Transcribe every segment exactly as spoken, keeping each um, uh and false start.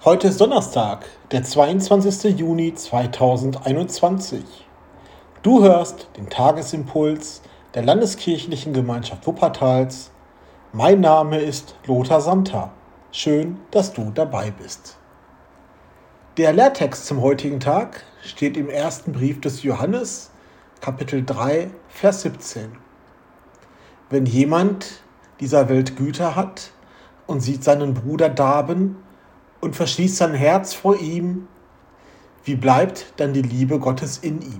Heute ist Donnerstag, der zweiundzwanzigster Juni zweitausendeinundzwanzig. Du hörst den Tagesimpuls der Landeskirchlichen Gemeinschaft Wuppertals. Mein Name ist Lothar Samter. Schön, dass du dabei bist. Der Lehrtext zum heutigen Tag steht im ersten Brief des Johannes, Kapitel drei, Vers siebzehn. Wenn jemand dieser Welt Güter hat und sieht seinen Bruder darben und verschließt sein Herz vor ihm, wie bleibt dann die Liebe Gottes in ihm?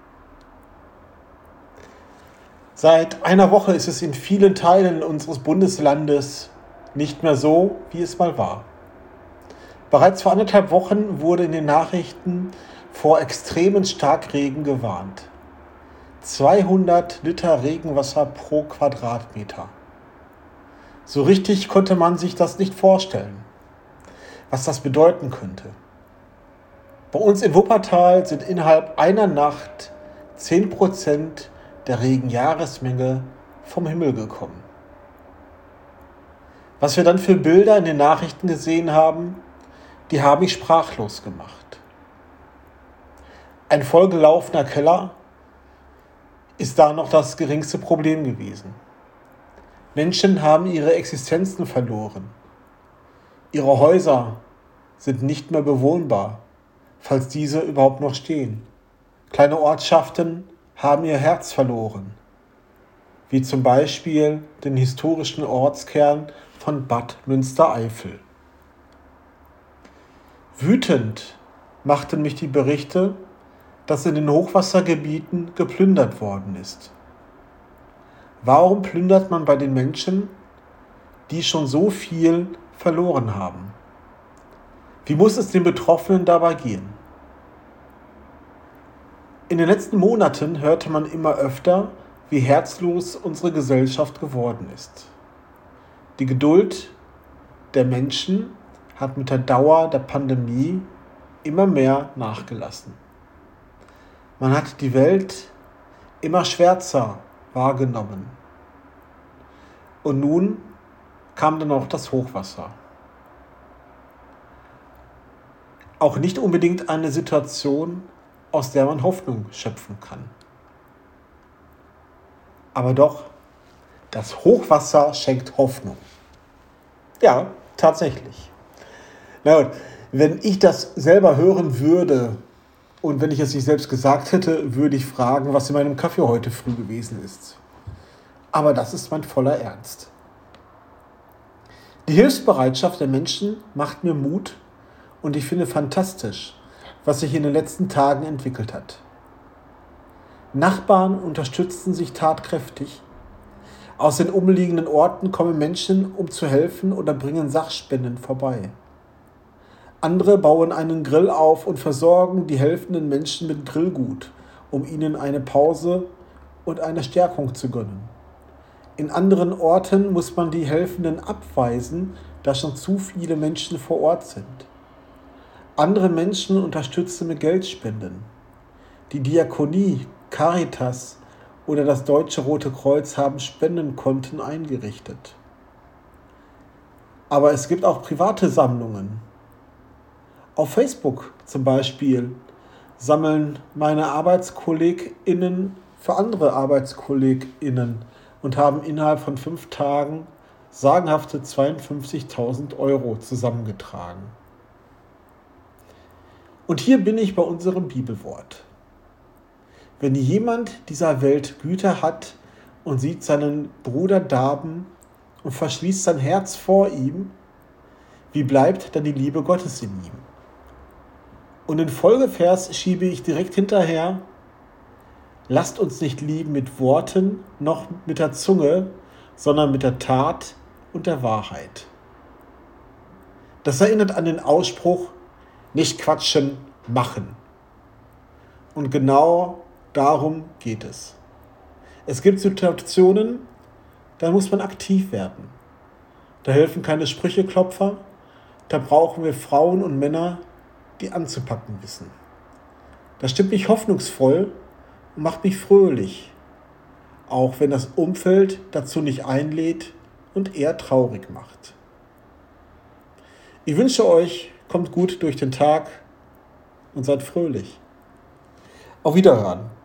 Seit einer Woche ist es in vielen Teilen unseres Bundeslandes nicht mehr so, wie es mal war. Bereits vor anderthalb Wochen wurde in den Nachrichten vor extremen Starkregen gewarnt. zweihundert Liter Regenwasser pro Quadratmeter. So richtig konnte man sich das nicht vorstellen, was das bedeuten könnte. Bei uns in Wuppertal sind innerhalb einer Nacht zehn Prozent der Regenjahresmenge vom Himmel gekommen. Was wir dann für Bilder in den Nachrichten gesehen haben, die haben mich sprachlos gemacht. Ein vollgelaufener Keller ist da noch das geringste Problem gewesen. Menschen haben ihre Existenzen verloren. Ihre Häuser sind nicht mehr bewohnbar, falls diese überhaupt noch stehen. Kleine Ortschaften haben ihr Herz verloren, wie zum Beispiel den historischen Ortskern von Bad Münstereifel. Wütend machten mich die Berichte, dass in den Hochwassergebieten geplündert worden ist. Warum plündert man bei den Menschen, die schon so viel verloren haben? Wie muss es den Betroffenen dabei gehen? In den letzten Monaten hörte man immer öfter, wie herzlos unsere Gesellschaft geworden ist. Die Geduld der Menschen hat mit der Dauer der Pandemie immer mehr nachgelassen. Man hat die Welt immer schwärzer wahrgenommen. Und nun kam dann auch das Hochwasser. Auch nicht unbedingt eine Situation, aus der man Hoffnung schöpfen kann. Aber doch, das Hochwasser schenkt Hoffnung. Ja, tatsächlich. Na gut, wenn ich das selber hören würde und wenn ich es nicht selbst gesagt hätte, würde ich fragen, was in meinem Kaffee heute früh gewesen ist. Aber das ist mein voller Ernst. Die Hilfsbereitschaft der Menschen macht mir Mut und ich finde fantastisch, was sich in den letzten Tagen entwickelt hat. Nachbarn unterstützen sich tatkräftig. Aus den umliegenden Orten kommen Menschen, um zu helfen oder bringen Sachspenden vorbei. Andere bauen einen Grill auf und versorgen die helfenden Menschen mit Grillgut, um ihnen eine Pause und eine Stärkung zu gönnen. In anderen Orten muss man die Helfenden abweisen, da schon zu viele Menschen vor Ort sind. Andere Menschen unterstützen mit Geldspenden. Die Diakonie, Caritas oder das Deutsche Rote Kreuz haben Spendenkonten eingerichtet. Aber es gibt auch private Sammlungen. Auf Facebook zum Beispiel sammeln meine ArbeitskollegInnen für andere ArbeitskollegInnen und haben innerhalb von fünf Tagen sagenhafte zweiundfünfzigtausend Euro zusammengetragen. Und hier bin ich bei unserem Bibelwort. Wenn jemand dieser Welt Güter hat und sieht seinen Bruder darben und verschließt sein Herz vor ihm, wie bleibt dann die Liebe Gottes in ihm? Und in Folgevers schiebe ich direkt hinterher: Lasst uns nicht lieben mit Worten noch mit der Zunge, sondern mit der Tat und der Wahrheit. Das erinnert an den Ausspruch: Nicht quatschen, machen. Und genau darum geht es. Es gibt Situationen, da muss man aktiv werden. Da helfen keine Sprücheklopfer, da brauchen wir Frauen und Männer, die anzupacken wissen. Das stimmt mich hoffnungsvoll und macht mich fröhlich, auch wenn das Umfeld dazu nicht einlädt und eher traurig macht. Ich wünsche euch kommt gut durch den Tag und seid fröhlich. Auf Wiederhören.